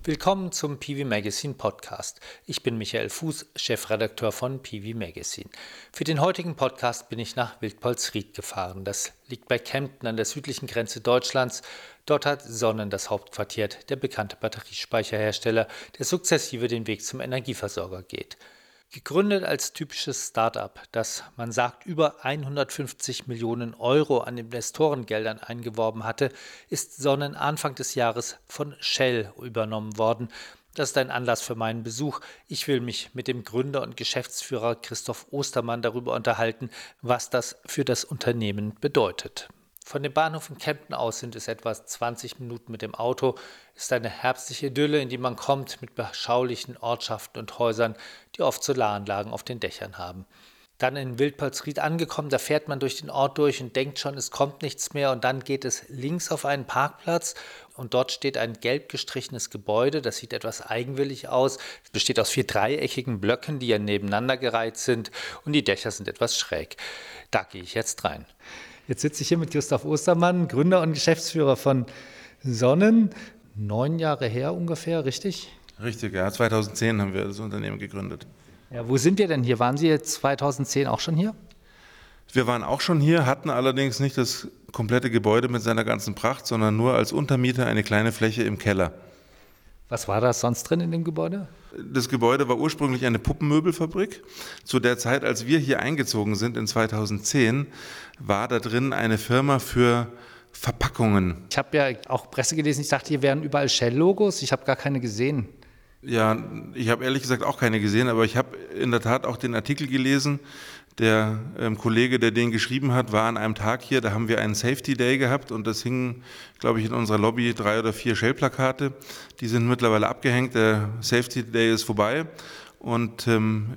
Willkommen zum PV Magazine Podcast. Ich bin Michael Fuß, Chefredakteur von PV Magazine. Für den heutigen Podcast bin ich nach Wildpolsried gefahren. Das liegt bei Kempten an der südlichen Grenze Deutschlands. Dort hat Sonnen das Hauptquartier, der bekannte Batteriespeicherhersteller, der sukzessive den Weg zum Energieversorger geht. Gegründet als typisches Start-up, das, man sagt, über 150 Millionen Euro an Investorengeldern eingeworben hatte, ist Sonnen Anfang des Jahres von Shell übernommen worden. Das ist ein Anlass für meinen Besuch. Ich will mich mit dem Gründer und Geschäftsführer Christoph Ostermann darüber unterhalten, was das für das Unternehmen bedeutet. Von dem Bahnhof in Kempten aus sind es etwa 20 Minuten mit dem Auto. Es ist eine herbstliche Idylle, in die man kommt, mit beschaulichen Ortschaften und Häusern, die oft Solaranlagen auf den Dächern haben. Dann in Wildpolsried angekommen, da fährt man durch den Ort durch und denkt schon, es kommt nichts mehr. Und dann geht es links auf einen Parkplatz und dort steht ein gelb gestrichenes Gebäude. Das sieht etwas eigenwillig aus. Es besteht aus 4 dreieckigen Blöcken, die ja nebeneinander gereiht sind und die Dächer sind etwas schräg. Da gehe ich jetzt rein. Jetzt sitze ich hier mit Christoph Ostermann, Gründer und Geschäftsführer von Sonnen. 9 Jahre her ungefähr, richtig? Richtig, ja. 2010 haben wir das Unternehmen gegründet. Ja, wo sind wir denn hier? Waren Sie 2010 auch schon hier? Wir waren auch schon hier, hatten allerdings nicht das komplette Gebäude mit seiner ganzen Pracht, sondern nur als Untermieter eine kleine Fläche im Keller. Was war da sonst drin in dem Gebäude? Das Gebäude war ursprünglich eine Puppenmöbelfabrik. Zu der Zeit, als wir hier eingezogen sind, in 2010, war da drin eine Firma für Verpackungen. Ich habe ja auch Presse gelesen, ich dachte, hier wären überall Shell-Logos. Ich habe gar keine gesehen. Ja, ich habe ehrlich gesagt auch keine gesehen, aber ich habe in der Tat auch den Artikel gelesen. Der Kollege, der den geschrieben hat, war an einem Tag hier, da haben wir einen Safety Day gehabt und das hingen, glaube ich, in unserer Lobby 3 oder 4 Shell-Plakate. Die sind mittlerweile abgehängt, der Safety Day ist vorbei und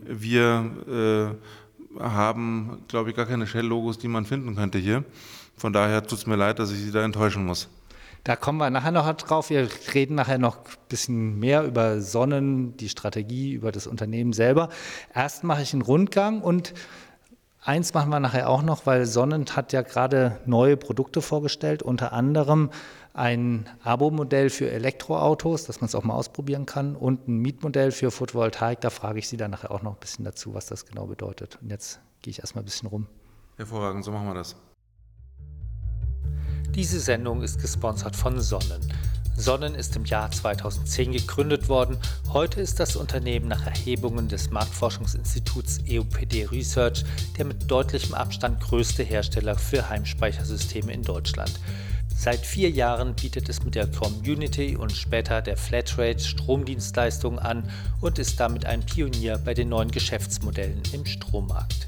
wir haben, glaube ich, gar keine Shell-Logos, die man finden könnte hier. Von daher tut es mir leid, dass ich Sie da enttäuschen muss. Da kommen wir nachher noch drauf. Wir reden nachher noch ein bisschen mehr über Sonnen, die Strategie, über das Unternehmen selber. Erst mache ich einen Rundgang und eins machen wir nachher auch noch, weil Sonnen hat ja gerade neue Produkte vorgestellt, unter anderem ein Abo-Modell für Elektroautos, dass man es auch mal ausprobieren kann, und ein Mietmodell für Photovoltaik. Da frage ich Sie dann nachher auch noch ein bisschen dazu, was das genau bedeutet. Und jetzt gehe ich erstmal ein bisschen rum. Hervorragend, so machen wir das. Diese Sendung ist gesponsert von Sonnen. Sonnen ist im Jahr 2010 gegründet worden. Heute ist das Unternehmen nach Erhebungen des Marktforschungsinstituts EUPD Research der mit deutlichem Abstand größte Hersteller für Heimspeichersysteme in Deutschland. Seit 4 Jahren bietet es mit der Community und später der Flatrate Stromdienstleistungen an und ist damit ein Pionier bei den neuen Geschäftsmodellen im Strommarkt.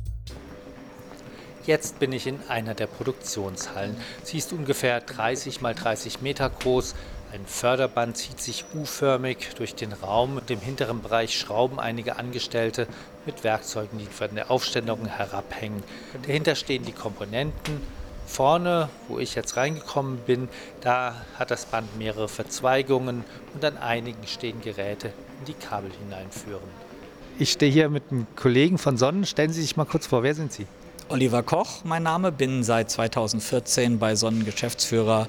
Jetzt bin ich in einer der Produktionshallen. Sie ist ungefähr 30 x 30 Meter groß. Ein Förderband zieht sich U-förmig durch den Raum und im hinteren Bereich schrauben einige Angestellte mit Werkzeugen, die von der Aufstellung herabhängen. Dahinter stehen die Komponenten. Vorne, wo ich jetzt reingekommen bin, da hat das Band mehrere Verzweigungen und an einigen stehen Geräte, in die Kabel hineinführen. Ich stehe hier mit einem Kollegen von Sonnen. Stellen Sie sich mal kurz vor, wer sind Sie? Oliver Koch, mein Name, bin seit 2014 bei Sonnen Geschäftsführer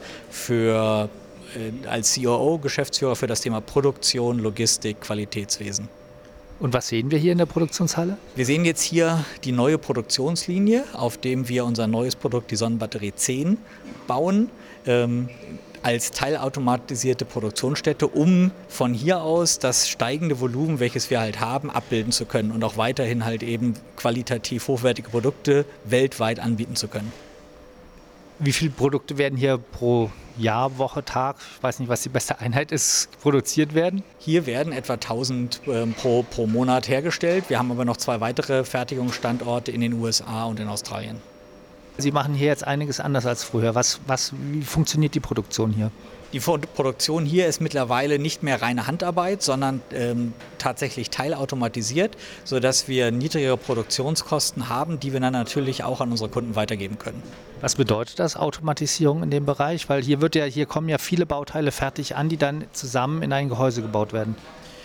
als COO Geschäftsführer für das Thema Produktion, Logistik, Qualitätswesen. Und was sehen wir hier in der Produktionshalle? Wir sehen jetzt hier die neue Produktionslinie, auf dem wir unser neues Produkt, die Sonnenbatterie 10, bauen. Als teilautomatisierte Produktionsstätte, um von hier aus das steigende Volumen, welches wir halt haben, abbilden zu können und auch weiterhin halt eben qualitativ hochwertige Produkte weltweit anbieten zu können. Wie viele Produkte werden hier pro Jahr, Woche, Tag, ich weiß nicht, was die beste Einheit ist, produziert werden? Hier werden etwa 1000 pro Monat hergestellt. Wir haben aber noch 2 weitere Fertigungsstandorte in den USA und in Australien. Sie machen hier jetzt einiges anders als früher. Wie funktioniert die Produktion hier? Die Produktion hier ist mittlerweile nicht mehr reine Handarbeit, sondern tatsächlich teilautomatisiert, sodass wir niedrigere Produktionskosten haben, die wir dann natürlich auch an unsere Kunden weitergeben können. Was bedeutet das, Automatisierung in dem Bereich? Weil hier kommen ja viele Bauteile fertig an, die dann zusammen in ein Gehäuse gebaut werden.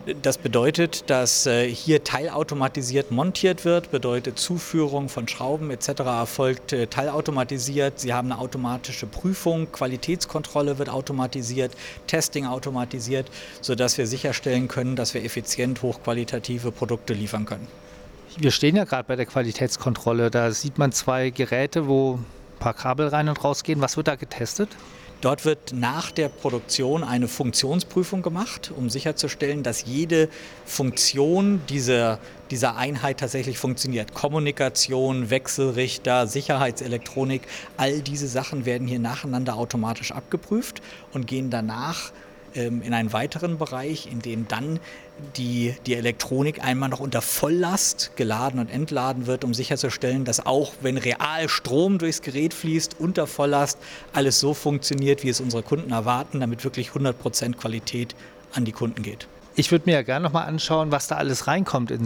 Das bedeutet, dass hier teilautomatisiert montiert wird, bedeutet Zuführung von Schrauben etc. erfolgt teilautomatisiert. Sie haben eine automatische Prüfung, Qualitätskontrolle wird automatisiert, Testing automatisiert, sodass wir sicherstellen können, dass wir effizient hochqualitative Produkte liefern können. Wir stehen ja gerade bei der Qualitätskontrolle. Da sieht man 2 Geräte, wo ein paar Kabel rein und raus gehen. Was wird da getestet? Dort wird nach der Produktion eine Funktionsprüfung gemacht, um sicherzustellen, dass jede Funktion dieser Einheit tatsächlich funktioniert. Kommunikation, Wechselrichter, Sicherheitselektronik, all diese Sachen werden hier nacheinander automatisch abgeprüft und gehen danach in einen weiteren Bereich, in dem dann die Elektronik einmal noch unter Volllast geladen und entladen wird, um sicherzustellen, dass auch wenn real Strom durchs Gerät fließt, unter Volllast alles so funktioniert, wie es unsere Kunden erwarten, damit wirklich 100% Qualität an die Kunden geht. Ich würde mir ja gerne noch mal anschauen, was da alles reinkommt in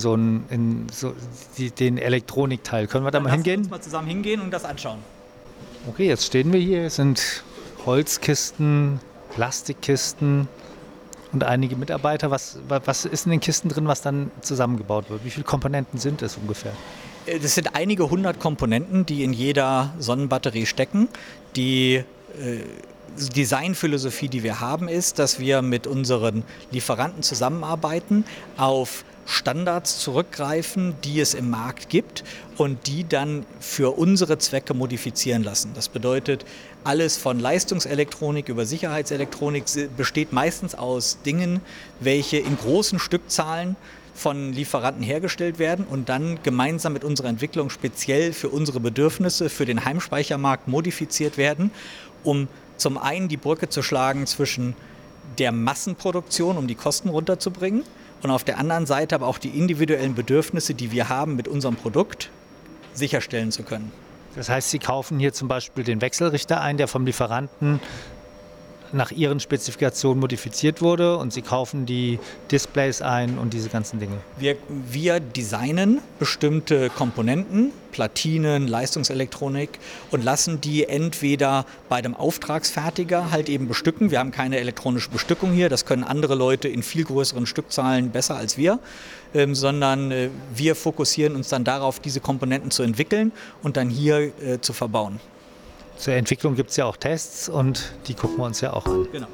den Elektronikteil. Können wir da mal hingehen? Lass uns mal zusammen hingehen und das anschauen. Okay, jetzt stehen wir hier. Es sind Holzkisten, Plastikkisten und einige Mitarbeiter. Was ist in den Kisten drin, was dann zusammengebaut wird? Wie viele Komponenten sind es ungefähr? Das sind einige 100 Komponenten, die in jeder Sonnenbatterie stecken. Die Designphilosophie, die wir haben, ist, dass wir mit unseren Lieferanten zusammenarbeiten, auf Standards zurückgreifen, die es im Markt gibt und die dann für unsere Zwecke modifizieren lassen. Das bedeutet, alles von Leistungselektronik über Sicherheitselektronik besteht meistens aus Dingen, welche in großen Stückzahlen von Lieferanten hergestellt werden und dann gemeinsam mit unserer Entwicklung speziell für unsere Bedürfnisse, für den Heimspeichermarkt modifiziert werden, um zum einen die Brücke zu schlagen zwischen der Massenproduktion, um die Kosten runterzubringen, und auf der anderen Seite aber auch die individuellen Bedürfnisse, die wir haben mit unserem Produkt, sicherstellen zu können. Das heißt, Sie kaufen hier zum Beispiel den Wechselrichter ein, der vom Lieferanten nach Ihren Spezifikationen modifiziert wurde, und Sie kaufen die Displays ein und diese ganzen Dinge. Wir designen bestimmte Komponenten, Platinen, Leistungselektronik, und lassen die entweder bei dem Auftragsfertiger halt eben bestücken. Wir haben keine elektronische Bestückung hier, das können andere Leute in viel größeren Stückzahlen besser als wir, sondern wir fokussieren uns dann darauf, diese Komponenten zu entwickeln und dann hier zu verbauen. Zur Entwicklung gibt es ja auch Tests und die gucken wir uns ja auch an. Genau.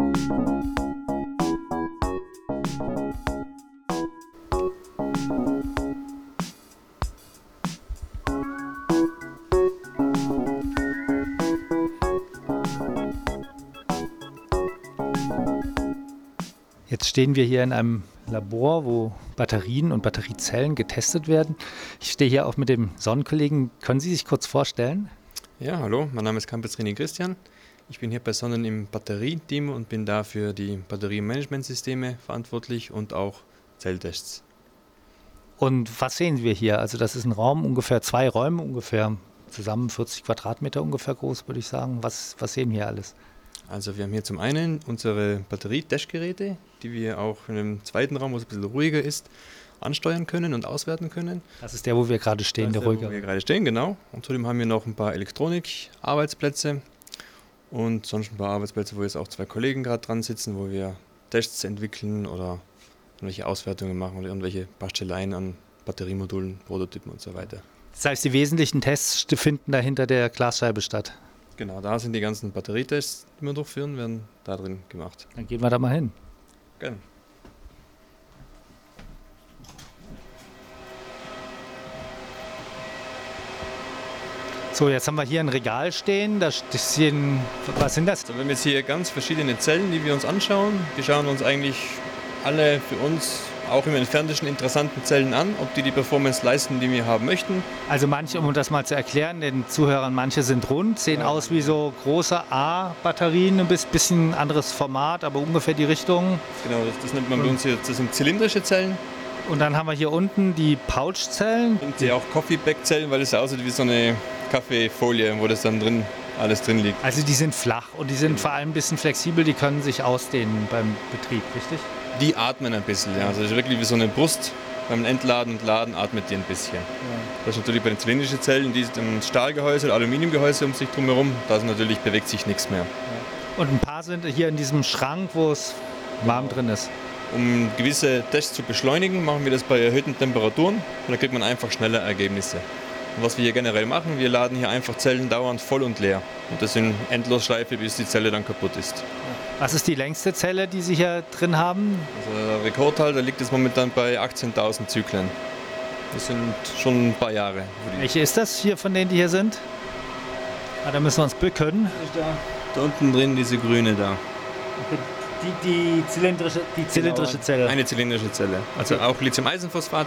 Jetzt stehen wir hier in einem Labor, wo Batterien und Batteriezellen getestet werden. Ich stehe hier auch mit dem Sonnenkollegen. Können Sie sich kurz vorstellen? Ja, hallo, mein Name ist Campestrini Christian. Ich bin hier bei Sonnen im Batterieteam und bin da für die Batteriemanagementsysteme verantwortlich und auch Zelltests. Und was sehen wir hier? Also das ist ein Raum, ungefähr 2 Räume, ungefähr zusammen 40 Quadratmeter ungefähr groß, würde ich sagen. Was sehen wir hier alles? Also wir haben hier zum einen unsere Batterie-Testgeräte, die wir auch in einem zweiten Raum, wo es ein bisschen ruhiger ist, ansteuern können und auswerten können. Das ist der, wo wir gerade stehen, der ruhige. Wo wir gerade stehen, genau. Und zudem haben wir noch ein paar Elektronik-Arbeitsplätze und sonst ein paar Arbeitsplätze, wo jetzt auch 2 Kollegen gerade dran sitzen, wo wir Tests entwickeln oder irgendwelche Auswertungen machen oder irgendwelche Basteleien an Batteriemodulen, Prototypen und so weiter. Das heißt, die wesentlichen Tests finden da hinter der Glasscheibe statt? Genau, da sind die ganzen Batterietests, die wir durchführen, werden da drin gemacht. Dann gehen wir da mal hin. Gerne. So, jetzt haben wir hier ein Regal stehen. Was sind das? Also wir haben jetzt hier ganz verschiedene Zellen, die wir uns anschauen. Wir schauen uns eigentlich alle für uns auch im Entferntesten interessanten Zellen an, ob die Performance leisten, die wir haben möchten. Also manche, um das mal zu erklären, den Zuhörern, manche sind rund, sehen aus wie so große A-Batterien, ein bisschen anderes Format, aber ungefähr die Richtung. Genau, das nennt man bei uns hier, das sind zylindrische Zellen. Und dann haben wir hier unten die Pouch-Zellen. Und die auch Coffee-Bag-Zellen, weil es ja aussieht wie so eine Kaffeefolie, wo das dann alles drin liegt. Also die sind flach und die sind vor allem ein bisschen flexibel, die können sich ausdehnen beim Betrieb, richtig? Die atmen ein bisschen, ja. Also das ist wirklich wie so eine Brust. Beim Entladen und Laden atmet die ein bisschen. Ja. Das ist natürlich bei den zylindrischen Zellen, die sind ein Stahlgehäuse oder Aluminiumgehäuse um sich drumherum. Da bewegt sich nichts mehr. Ja. Und ein paar sind hier in diesem Schrank, wo es warm drin ist. Um gewisse Tests zu beschleunigen, machen wir das bei erhöhten Temperaturen und dann kriegt man einfach schneller Ergebnisse. Und was wir hier generell machen, wir laden hier einfach Zellen dauernd voll und leer. Und das in Endlosschleife, bis die Zelle dann kaputt ist. Was ist die längste Zelle, die Sie hier drin haben? Also der Rekordhalter liegt jetzt momentan bei 18.000 Zyklen. Das sind schon ein paar Jahre. Welche ist das hier von denen, die hier sind? Da müssen wir uns bücken. Da unten drin diese grüne da. Die zylindrische Zelle. Eine zylindrische Zelle. Also auch Lithium-Eisenphosphat.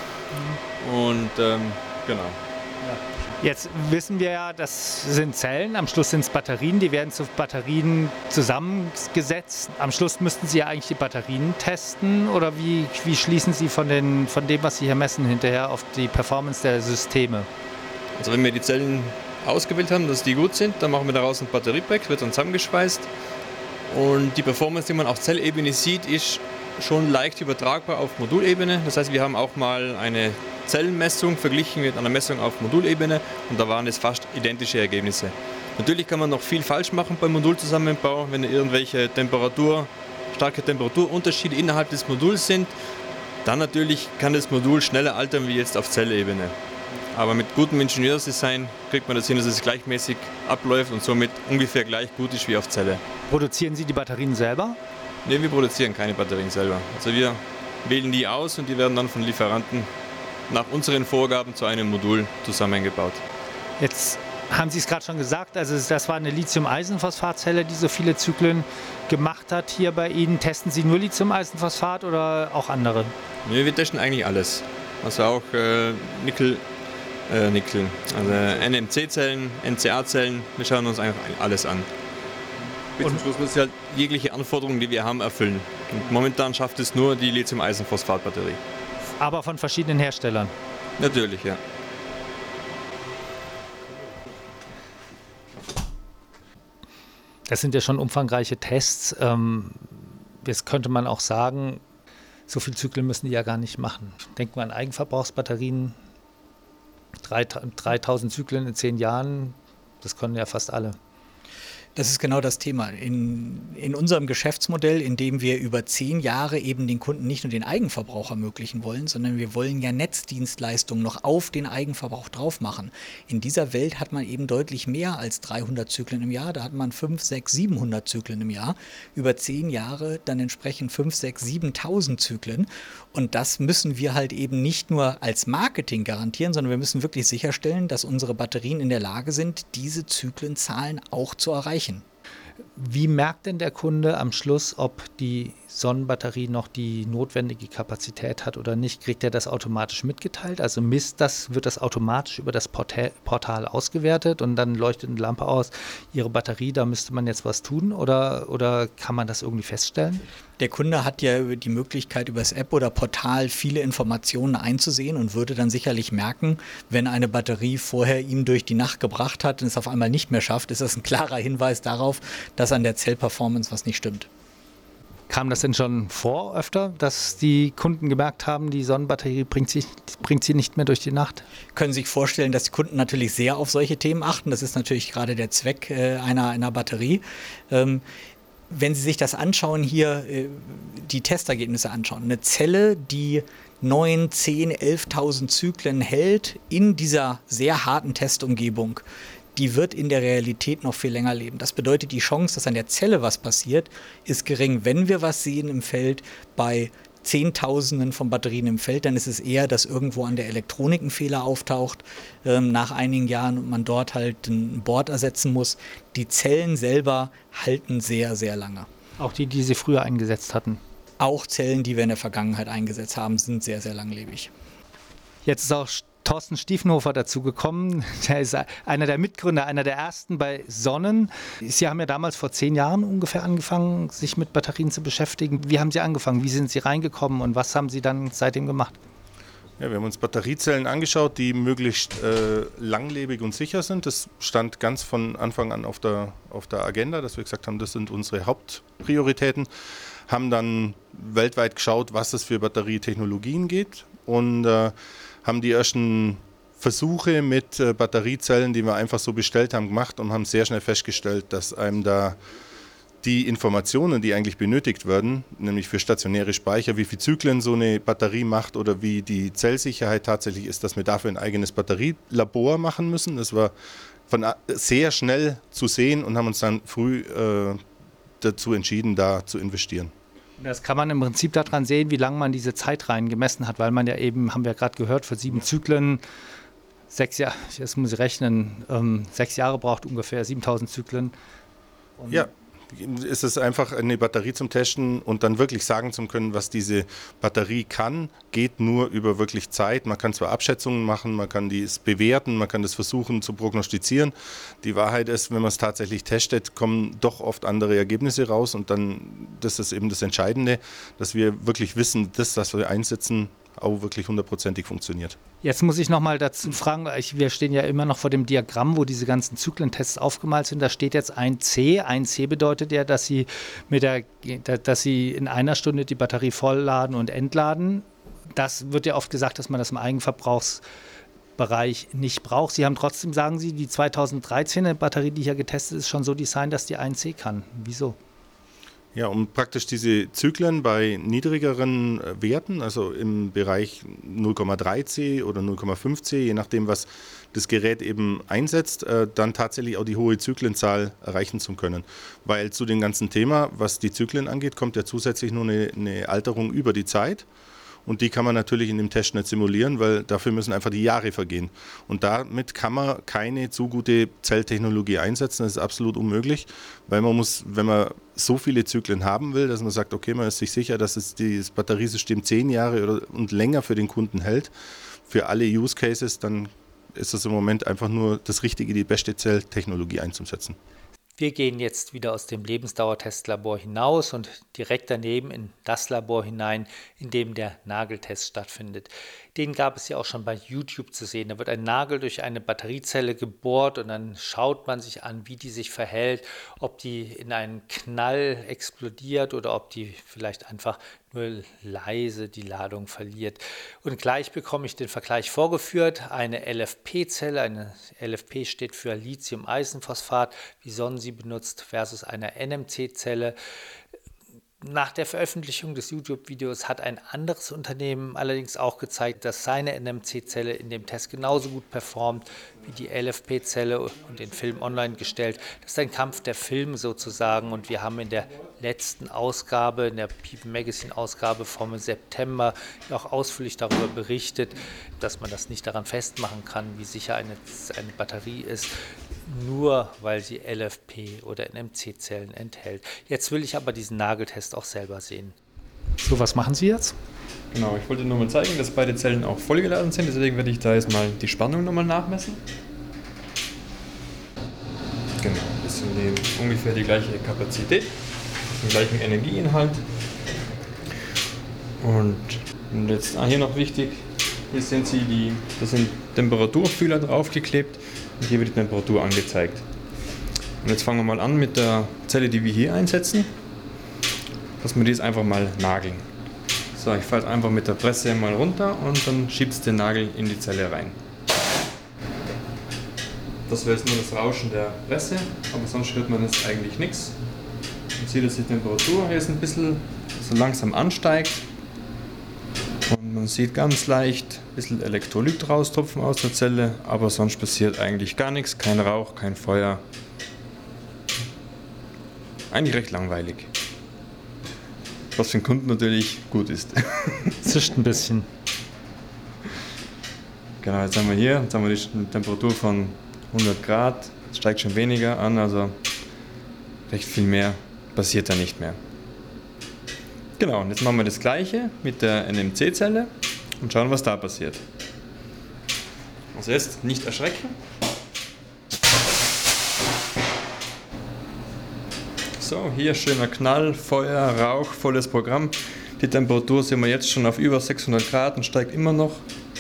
Und genau. Jetzt wissen wir ja, das sind Zellen, am Schluss sind es Batterien, die werden zu Batterien zusammengesetzt. Am Schluss müssten Sie ja eigentlich die Batterien testen oder wie schließen Sie von dem, was Sie hier messen, hinterher auf die Performance der Systeme? Also wenn wir die Zellen ausgewählt haben, dass die gut sind, dann machen wir daraus ein Batteriepack, wird dann zusammengeschweißt. Und die Performance, die man auf Zellebene sieht, ist schon leicht übertragbar auf Modulebene. Das heißt, wir haben auch mal eine Zellenmessung verglichen mit einer Messung auf Modulebene und da waren es fast identische Ergebnisse. Natürlich kann man noch viel falsch machen beim Modulzusammenbau, wenn irgendwelche starke Temperaturunterschiede innerhalb des Moduls sind. Dann natürlich kann das Modul schneller altern wie jetzt auf Zellebene. Aber mit gutem Ingenieursdesign kriegt man das hin, dass es gleichmäßig abläuft und somit ungefähr gleich gut ist wie auf Zelle. Produzieren Sie die Batterien selber? Ne, wir produzieren keine Batterien selber. Also wir wählen die aus und die werden dann von Lieferanten nach unseren Vorgaben zu einem Modul zusammengebaut. Jetzt haben Sie es gerade schon gesagt, also das war eine Lithium-Eisenphosphat-Zelle, die so viele Zyklen gemacht hat hier bei Ihnen. Testen Sie nur Lithium-Eisenphosphat oder auch andere? Ne, wir testen eigentlich alles. Also auch Nickel, also NMC-Zellen, NCA-Zellen, wir schauen uns einfach alles an. Bis zum Schluss muss halt jegliche Anforderungen, die wir haben, erfüllen. Und momentan schafft es nur die Lithium-Eisenphosphat-Batterie. Aber von verschiedenen Herstellern? Natürlich, ja. Das sind ja schon umfangreiche Tests. Jetzt könnte man auch sagen, so viele Zyklen müssen die ja gar nicht machen. Denken wir an Eigenverbrauchsbatterien, 3000 Zyklen in 10 Jahren, das können ja fast alle. Das ist genau das Thema. In unserem Geschäftsmodell, in dem wir über 10 Jahre eben den Kunden nicht nur den Eigenverbrauch ermöglichen wollen, sondern wir wollen ja Netzdienstleistungen noch auf den Eigenverbrauch drauf machen. In dieser Welt hat man eben deutlich mehr als 300 Zyklen im Jahr. Da hat man 5, 6, 700 Zyklen im Jahr. Über 10 Jahre dann entsprechend 5, 6, 7.000 Zyklen. Und das müssen wir halt eben nicht nur als Marketing garantieren, sondern wir müssen wirklich sicherstellen, dass unsere Batterien in der Lage sind, diese Zyklenzahlen auch zu erreichen. Wie merkt denn der Kunde am Schluss, ob die Sonnenbatterie noch die notwendige Kapazität hat oder nicht? Kriegt er das automatisch mitgeteilt? Also wird das automatisch über das Portal ausgewertet und dann leuchtet eine Lampe aus, Ihre Batterie, da müsste man jetzt was tun oder kann man das irgendwie feststellen? Der Kunde hat ja die Möglichkeit, über das App oder Portal viele Informationen einzusehen und würde dann sicherlich merken, wenn eine Batterie vorher ihm durch die Nacht gebracht hat und es auf einmal nicht mehr schafft, ist das ein klarer Hinweis darauf, dass an der Zellperformance was nicht stimmt. Kam das denn schon vor öfter, dass die Kunden gemerkt haben, die Sonnenbatterie bringt sie nicht mehr durch die Nacht? Können sich vorstellen, dass die Kunden natürlich sehr auf solche Themen achten. Das ist natürlich gerade der Zweck einer Batterie. Wenn Sie sich das anschauen, hier die Testergebnisse anschauen, eine Zelle, die 9, 10, 11.000 Zyklen hält in dieser sehr harten Testumgebung, die wird in der Realität noch viel länger leben. Das bedeutet, die Chance, dass an der Zelle was passiert, ist gering. Wenn wir was sehen im Feld bei Zehntausenden von Batterien im Feld, dann ist es eher, dass irgendwo an der Elektronik ein Fehler auftaucht nach einigen Jahren und man dort halt ein Board ersetzen muss. Die Zellen selber halten sehr, sehr lange. Auch die Sie früher eingesetzt hatten? Auch Zellen, die wir in der Vergangenheit eingesetzt haben, sind sehr, sehr langlebig. Jetzt ist auch Thorsten Stiefenhofer dazugekommen. Der ist einer der Mitgründer, einer der ersten bei Sonnen. Sie haben ja damals vor 10 Jahren ungefähr angefangen, sich mit Batterien zu beschäftigen. Wie haben Sie angefangen? Wie sind Sie reingekommen und was haben Sie dann seitdem gemacht? Ja, wir haben uns Batteriezellen angeschaut, die möglichst langlebig und sicher sind. Das stand ganz von Anfang an auf der Agenda, dass wir gesagt haben, das sind unsere Hauptprioritäten. Haben dann weltweit geschaut, was es für Batterietechnologien gibt und haben die ersten Versuche mit Batteriezellen, die wir einfach so bestellt haben, gemacht und haben sehr schnell festgestellt, dass einem da die Informationen, die eigentlich benötigt werden, nämlich für stationäre Speicher, wie viele Zyklen so eine Batterie macht oder wie die Zellsicherheit tatsächlich ist, dass wir dafür ein eigenes Batterielabor machen müssen. Das war sehr schnell zu sehen und haben uns dann früh dazu entschieden, da zu investieren. Das kann man im Prinzip daran sehen, wie lange man diese Zeitreihen gemessen hat, weil man ja eben, haben wir gerade gehört, für 7 Zyklen 6 Jahre, jetzt muss ich rechnen, 6 Jahre braucht ungefähr 7000 Zyklen. Und ja, es ist einfach eine Batterie zum Testen und dann wirklich sagen zu können, was diese Batterie kann, geht nur über wirklich Zeit. Man kann zwar Abschätzungen machen, man kann dies bewerten, man kann das versuchen zu prognostizieren. Die Wahrheit ist, wenn man es tatsächlich testet, kommen doch oft andere Ergebnisse raus und dann, das ist eben das Entscheidende, dass wir wirklich wissen, das, was wir einsetzen, auch wirklich 100%ig funktioniert. Jetzt muss ich noch mal dazu fragen, wir stehen ja immer noch vor dem Diagramm, wo diese ganzen Zyklentests aufgemalt sind. Da steht jetzt 1C. 1C bedeutet ja, dass Sie in einer Stunde die Batterie vollladen und entladen. Das wird ja oft gesagt, dass man das im Eigenverbrauchsbereich nicht braucht. Sie haben trotzdem, sagen Sie, die 2013er Batterie, die hier getestet ist, schon so designt, dass die 1C kann. Wieso? Ja, um praktisch diese Zyklen bei niedrigeren Werten, also im Bereich 0,3C oder 0,5C, je nachdem, was das Gerät eben einsetzt, dann tatsächlich auch die hohe Zyklenzahl erreichen zu können. Weil zu dem ganzen Thema, was die Zyklen angeht, kommt ja zusätzlich nur eine Alterung über die Zeit. Und die kann man natürlich in dem Test nicht simulieren, weil dafür müssen einfach die Jahre vergehen. Und damit kann man keine zu gute Zelltechnologie einsetzen. Das ist absolut unmöglich, weil man muss, wenn man so viele Zyklen haben will, dass man sagt, okay, man ist sich sicher, dass das Batteriesystem 10 Jahre und länger für den Kunden hält, für alle Use Cases, dann ist das im Moment einfach nur das Richtige, die beste Zelltechnologie einzusetzen. Wir gehen jetzt wieder aus dem Lebensdauertestlabor hinaus und direkt daneben in das Labor hinein, in dem der Nageltest stattfindet. Den gab es ja auch schon bei YouTube zu sehen. Da wird ein Nagel durch eine Batteriezelle gebohrt und dann schaut man sich an, wie die sich verhält, ob die in einen Knall explodiert oder ob die vielleicht einfach nur leise die Ladung verliert. Und gleich bekomme ich den Vergleich vorgeführt. Eine LFP-Zelle, eine LFP steht für Lithium-Eisenphosphat, wie Sonnen sie benutzt, versus eine NMC-Zelle. Nach der Veröffentlichung des YouTube-Videos hat ein anderes Unternehmen allerdings auch gezeigt, dass seine NMC-Zelle in dem Test genauso gut performt wie die LFP-Zelle und den Film online gestellt. Das ist ein Kampf der Filme sozusagen und wir haben in der letzten Ausgabe, in der PV Magazine Ausgabe vom September auch ausführlich darüber berichtet, dass man das nicht daran festmachen kann, wie sicher eine Batterie ist, nur weil sie LFP oder NMC-Zellen enthält. Jetzt will ich aber diesen Nageltest auch selber sehen. So, was machen Sie jetzt? Genau, ich wollte nur mal zeigen, dass beide Zellen auch vollgeladen sind, deswegen werde ich da jetzt mal die Spannung nochmal nachmessen. Genau, das sind ungefähr die gleiche Kapazität, den gleichen Energieinhalt. Und jetzt hier noch wichtig, hier sind da sind Temperaturfühler draufgeklebt und hier wird die Temperatur angezeigt. Und jetzt fangen wir mal an mit der Zelle, die wir hier einsetzen, dass wir die jetzt einfach mal nageln. So, ich falle einfach mit der Presse mal runter und dann schiebst du den Nagel in die Zelle rein. Das wäre jetzt nur das Rauschen der Presse, aber sonst hört man jetzt eigentlich nichts. Man sieht, dass die Temperatur hier jetzt ein bisschen so langsam ansteigt. Und man sieht ganz leicht ein bisschen Elektrolyt raustropfen aus der Zelle, aber sonst passiert eigentlich gar nichts, kein Rauch, kein Feuer. Eigentlich recht langweilig. Was für den Kunden natürlich gut ist. Zischt ein bisschen. Genau, jetzt haben wir die Temperatur von 100 Grad, es steigt schon weniger an, also recht viel mehr passiert da nicht mehr. Genau, und jetzt machen wir das gleiche mit der NMC-Zelle und schauen, was da passiert. Also jetzt nicht erschrecken. So, hier schöner Knall, Feuer, Rauch, volles Programm. Die Temperatur sehen wir jetzt schon auf über 600 Grad und steigt immer noch.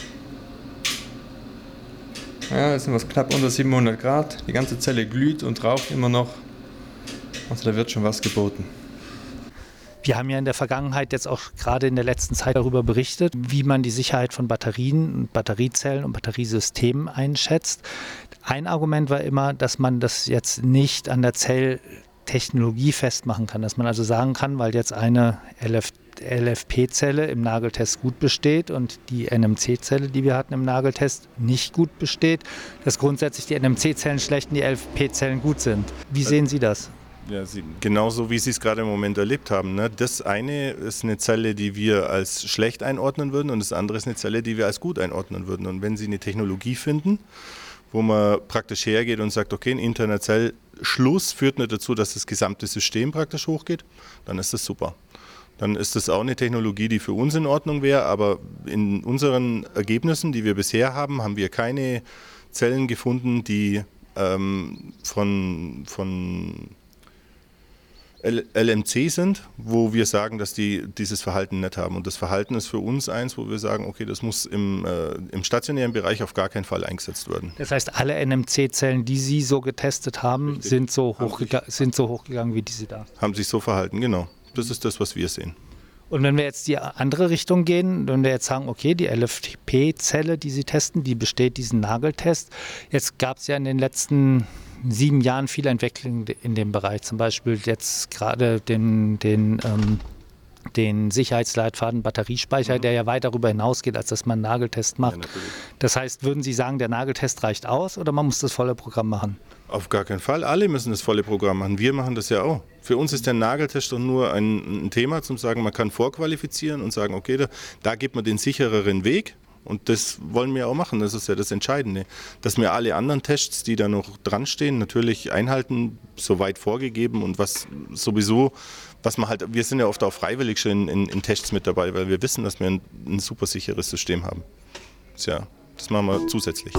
Ja, jetzt sind wir knapp unter 700 Grad. Die ganze Zelle glüht und raucht immer noch. Also da wird schon was geboten. Wir haben ja in der Vergangenheit jetzt auch gerade in der letzten Zeit darüber berichtet, wie man die Sicherheit von Batterien, Batteriezellen und Batteriesystemen einschätzt. Ein Argument war immer, dass man das jetzt nicht an der technologiefest machen kann, dass man also sagen kann, weil jetzt eine LFP-Zelle im Nageltest gut besteht und die NMC-Zelle, die wir hatten im Nageltest, nicht gut besteht, dass grundsätzlich die NMC-Zellen schlecht und die LFP-Zellen gut sind. Wie sehen Sie das? Ja, genauso wie Sie es gerade im Moment erlebt haben. Ne? Das eine ist eine Zelle, die wir als schlecht einordnen würden und das andere ist eine Zelle, die wir als gut einordnen würden. Und wenn Sie eine Technologie finden, wo man praktisch hergeht und sagt, okay, ein interner Zellschluss führt nicht dazu, dass das gesamte System praktisch hochgeht, dann ist das super. Dann ist das auch eine Technologie, die für uns in Ordnung wäre, aber in unseren Ergebnissen, die wir bisher haben, haben wir keine Zellen gefunden, die von LMC sind, wo wir sagen, dass die dieses Verhalten nicht haben. Und das Verhalten ist für uns eins, wo wir sagen, okay, das muss im stationären Bereich auf gar keinen Fall eingesetzt werden. Das heißt, alle NMC-Zellen, die Sie so getestet haben, sind so hochgegangen wie diese da? Haben sich so verhalten, genau. Das ist das, was wir sehen. Und wenn wir jetzt die andere Richtung gehen, wenn wir jetzt sagen, okay, die LFP-Zelle, die Sie testen, die besteht diesen Nageltest. Jetzt gab es ja in den letzten 7 Jahren viele Entwicklungen in dem Bereich, zum Beispiel jetzt gerade den Sicherheitsleitfaden Batteriespeicher, der ja weit darüber hinausgeht, als dass man einen Nageltest macht. Ja, das heißt, würden Sie sagen, der Nageltest reicht aus oder man muss das volle Programm machen? Auf gar keinen Fall. Alle müssen das volle Programm machen. Wir machen das ja auch. Für uns ist der Nageltest doch nur ein Thema, zum sagen, man kann vorqualifizieren und sagen, okay, da gibt man den sichereren Weg. Und das wollen wir auch machen, das ist ja das Entscheidende. Dass wir alle anderen Tests, die da noch dran stehen, natürlich einhalten, soweit vorgegeben und was man halt, wir sind ja oft auch freiwillig schon in Tests mit dabei, weil wir wissen, dass wir ein super sicheres System haben. Tja, das machen wir zusätzlich.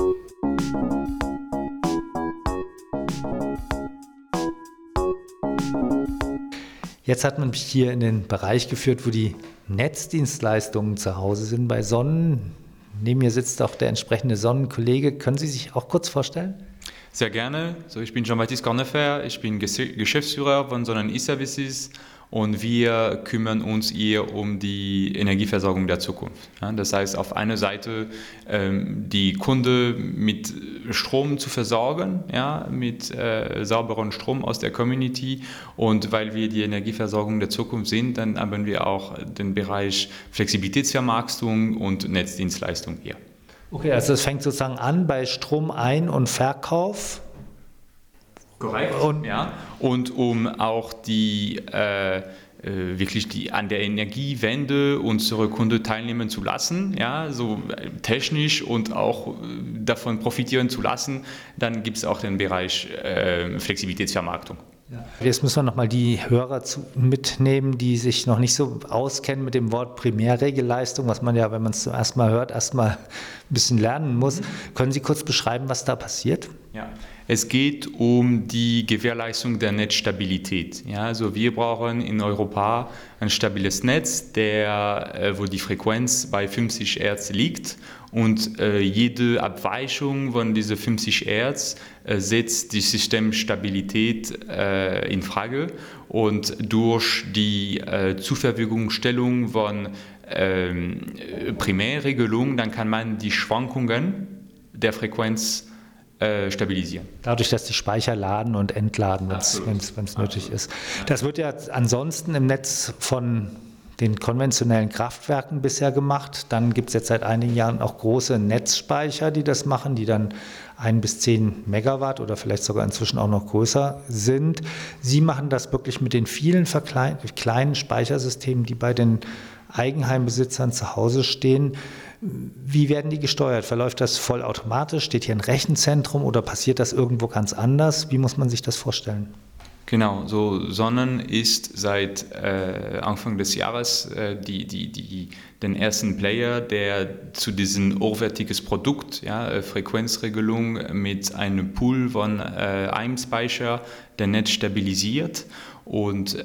Jetzt hat man mich hier in den Bereich geführt, wo die Netzdienstleistungen zu Hause sind bei Sonnen. Neben mir sitzt auch der entsprechende Sonnenkollege. Können Sie sich auch kurz vorstellen? Sehr gerne. Ich bin Jean-Baptiste Cornefer, ich bin Geschäftsführer von Sonnen E-Services und wir kümmern uns hier um die Energieversorgung der Zukunft. Ja, das heißt, auf einer Seite die Kunden mit Strom zu versorgen, ja, mit sauberem Strom aus der Community, und weil wir die Energieversorgung der Zukunft sind, dann haben wir auch den Bereich Flexibilitätsvermarktung und Netzdienstleistung hier. Okay, also es fängt sozusagen an bei Stromein- und Verkauf. Korrekt. Und um auch wirklich an der Energiewende unsere Kunden teilnehmen zu lassen, ja, so technisch und auch davon profitieren zu lassen, dann gibt es auch den Bereich Flexibilitätsvermarktung. Ja. Jetzt müssen wir nochmal die Hörer mitnehmen, die sich noch nicht so auskennen mit dem Wort Primärregelleistung, was man ja, wenn man es zum ersten Mal hört, erstmal ein bisschen lernen muss. Können Sie kurz beschreiben, was da passiert? Ja. Es geht um die Gewährleistung der Netzstabilität. Ja, also wir brauchen in Europa ein stabiles Netz, wo die Frequenz bei 50 Hertz liegt, und jede Abweichung von diesen 50 Hertz setzt die Systemstabilität in Frage, und durch die Zurverfügungstellung von Primärregelung, dann kann man die Schwankungen der Frequenz stabilisieren. Dadurch, dass die Speicher laden und entladen, wenn es nötig ist. Das wird ja ansonsten im Netz von den konventionellen Kraftwerken bisher gemacht. Dann gibt es jetzt seit einigen Jahren auch große Netzspeicher, die das machen, die dann 1 bis 10 Megawatt oder vielleicht sogar inzwischen auch noch größer sind. Sie machen das wirklich mit den vielen kleinen Speichersystemen, die bei den Eigenheimbesitzern zu Hause stehen. Wie werden die gesteuert? Verläuft das vollautomatisch? Steht hier ein Rechenzentrum oder passiert das irgendwo ganz anders? Wie muss man sich das vorstellen? Genau, so Sonnen ist seit Anfang des Jahres den ersten Player, der zu diesem hochwertiges Produkt, ja, Frequenzregelung mit einem Pool von einem Speicher, der Netz stabilisiert, und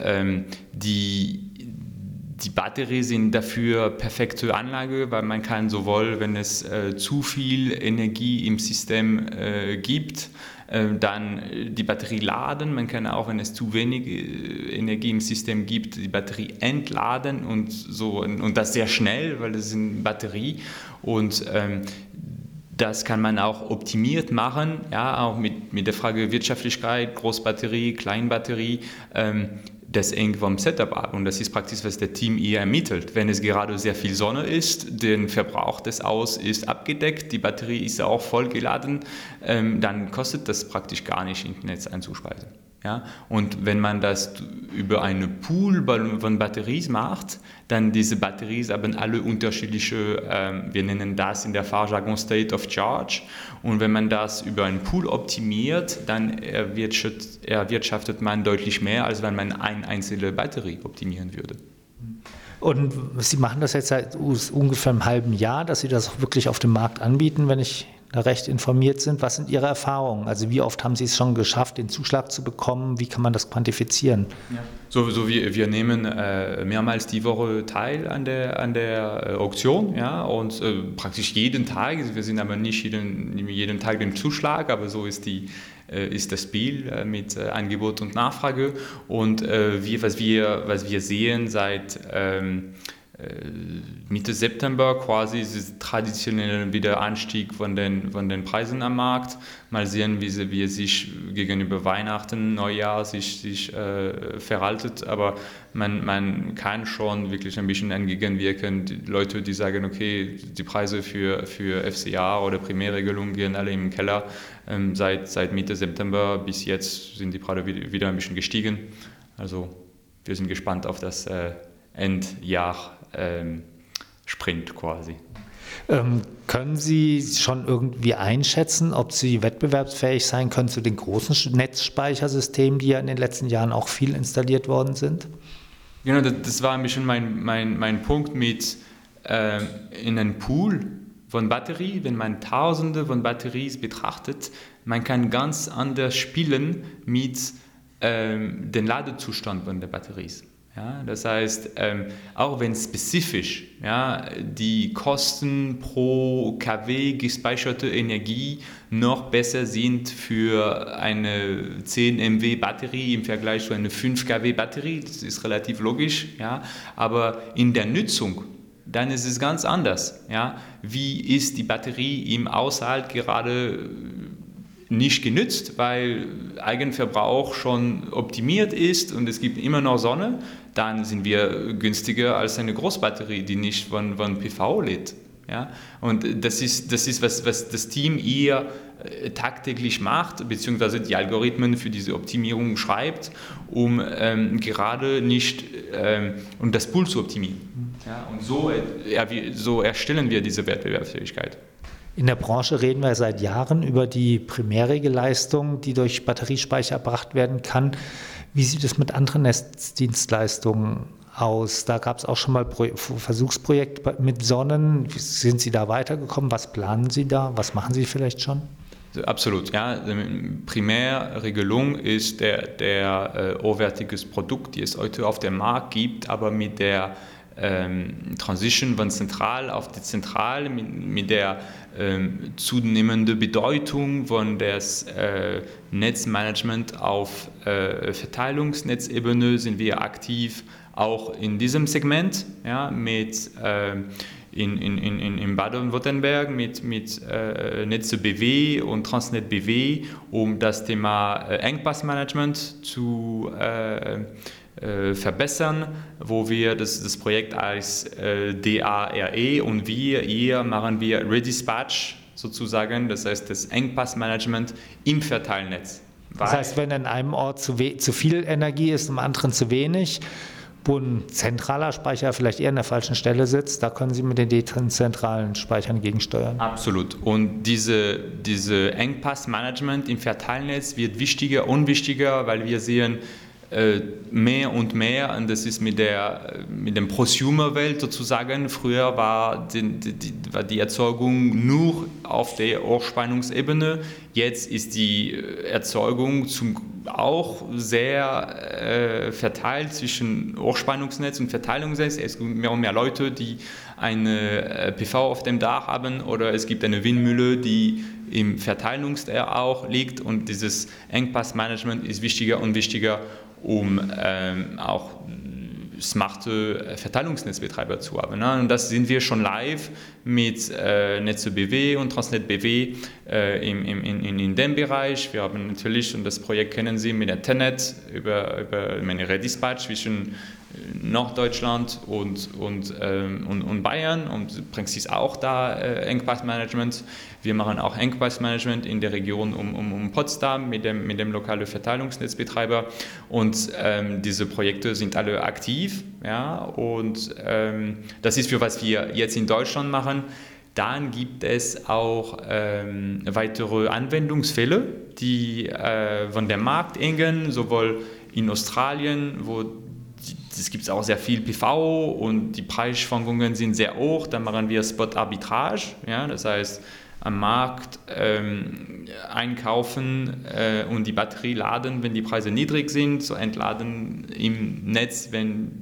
die Batterien sind dafür perfekte Anlage, weil man kann sowohl, wenn es zu viel Energie im System gibt, dann die Batterie laden. Man kann auch, wenn es zu wenig Energie im System gibt, die Batterie entladen und das sehr schnell, weil das ist eine Batterie. Und Das kann man auch optimiert machen, ja, auch mit der Frage Wirtschaftlichkeit, Großbatterie, Kleinbatterie. Das hängt vom Setup ab und das ist praktisch, was der Team hier ermittelt. Wenn es gerade sehr viel Sonne ist, der Verbrauch des Haus ist abgedeckt, die Batterie ist auch voll geladen, dann kostet das praktisch gar nicht, ins Netz einzuspeisen. Ja? Und wenn man das über eine Pool von Batterien macht, dann diese Batterien haben alle unterschiedliche, wir nennen das in der Fachjargon State of Charge. Und wenn man das über einen Pool optimiert, dann erwirtschaftet man deutlich mehr, als wenn man eine einzelne Batterie optimieren würde. Und Sie machen das jetzt seit ungefähr einem halben Jahr, dass Sie das auch wirklich auf dem Markt anbieten, wenn ich da recht informiert sind. Was sind Ihre Erfahrungen? Also wie oft haben Sie es schon geschafft, den Zuschlag zu bekommen? Wie kann man das quantifizieren? Ja. Wir nehmen mehrmals die Woche teil an der Auktion, ja, und praktisch jeden Tag. Wir sind aber nicht jeden Tag den Zuschlag, aber so ist das Spiel mit Angebot und Nachfrage. Und was wir sehen seit Mitte September quasi ist traditionell wieder Anstieg von den Preisen am Markt. Mal sehen, wie es sich gegenüber Weihnachten, Neujahr sich verhaltet. Aber man kann schon wirklich ein bisschen entgegenwirken. Die Leute, die sagen, okay, die Preise für FCA oder Primärregelung gehen alle im Keller. Seit Mitte September bis jetzt sind die Preise wieder ein bisschen gestiegen. Also wir sind gespannt auf das Endjahr. Sprint quasi. Können Sie schon irgendwie einschätzen, ob Sie wettbewerbsfähig sein können zu den großen Netzspeichersystemen, die ja in den letzten Jahren auch viel installiert worden sind? Genau, das war ein bisschen mein Punkt mit in einem Pool von Batterie, wenn man Tausende von Batterien betrachtet, man kann ganz anders spielen mit dem Ladezustand von der Batterie. Ja, das heißt, auch wenn spezifisch die Kosten pro kW gespeicherte Energie noch besser sind für eine 10 MW Batterie im Vergleich zu einer 5 kW Batterie, das ist relativ logisch, ja, aber in der Nutzung, dann ist es ganz anders. Ja. Wie ist die Batterie im Haushalt gerade nicht genützt, weil Eigenverbrauch schon optimiert ist und es gibt immer noch Sonne, dann sind wir günstiger als eine Großbatterie, die nicht von PV lädt. Ja? Und das ist was das Team hier tagtäglich macht, beziehungsweise die Algorithmen für diese Optimierung schreibt, um gerade nicht um das Pool zu optimieren. Ja? Und so erstellen wir diese Wettbewerbsfähigkeit. In der Branche reden wir seit Jahren über die Primärregelleistung, die durch Batteriespeicher erbracht werden kann. Wie sieht es mit anderen Netzdienstleistungen aus? Da gab es auch schon mal Versuchsprojekte mit Sonnen. Sind Sie da weitergekommen? Was planen Sie da? Was machen Sie vielleicht schon? Absolut, ja. Primärregelung ist der hochwertiges Produkt, die es heute auf dem Markt gibt, aber mit der Transition von zentral auf dezentral, mit der zunehmenden Bedeutung von das Netzmanagement auf Verteilungsnetzebene sind wir aktiv auch in diesem Segment, ja, mit in Baden-Württemberg mit Netze BW und Transnet BW, um das Thema Engpassmanagement zu verbessern, wo wir das Projekt als DARE und hier machen wir Redispatch sozusagen, das heißt das Engpassmanagement im Verteilnetz. Das heißt, wenn an einem Ort zu viel Energie ist, am anderen zu wenig, wo ein zentraler Speicher vielleicht eher an der falschen Stelle sitzt, da können Sie mit den dezentralen Speichern gegensteuern. Absolut. Und diese Engpassmanagement im Verteilnetz wird wichtiger und wichtiger, weil wir sehen, mehr und mehr, und das ist mit dem Prosumer-Welt sozusagen, früher war die Erzeugung nur auf der Hochspannungsebene, jetzt ist die Erzeugung auch sehr verteilt zwischen Hochspannungsnetz und Verteilungsnetz. Es gibt mehr und mehr Leute, die eine PV auf dem Dach haben oder es gibt eine Windmühle, die im Verteilungsnetz auch liegt und dieses Engpassmanagement ist wichtiger und wichtiger, um auch smarte Verteilungsnetzbetreiber zu haben. Ne? Und das sind wir schon live mit Netze BW und Transnet BW in dem Bereich. Wir haben natürlich, und das Projekt kennen Sie, mit der Tenet über eine Redispatch zwischen Norddeutschland und Bayern und Praxis auch da Engpassmanagement. Wir machen auch Engpassmanagement in der Region um Potsdam mit dem lokalen Verteilungsnetzbetreiber und diese Projekte sind alle aktiv, ja, und das ist für was wir jetzt in Deutschland machen. Dann gibt es auch weitere Anwendungsfälle, die von der Markt hängen, sowohl in Australien, wo es gibt auch sehr viel PV und die Preisschwankungen sind sehr hoch. Dann machen wir Spot-Arbitrage, ja, das heißt am Markt einkaufen und die Batterie laden, wenn die Preise niedrig sind, so entladen im Netz, wenn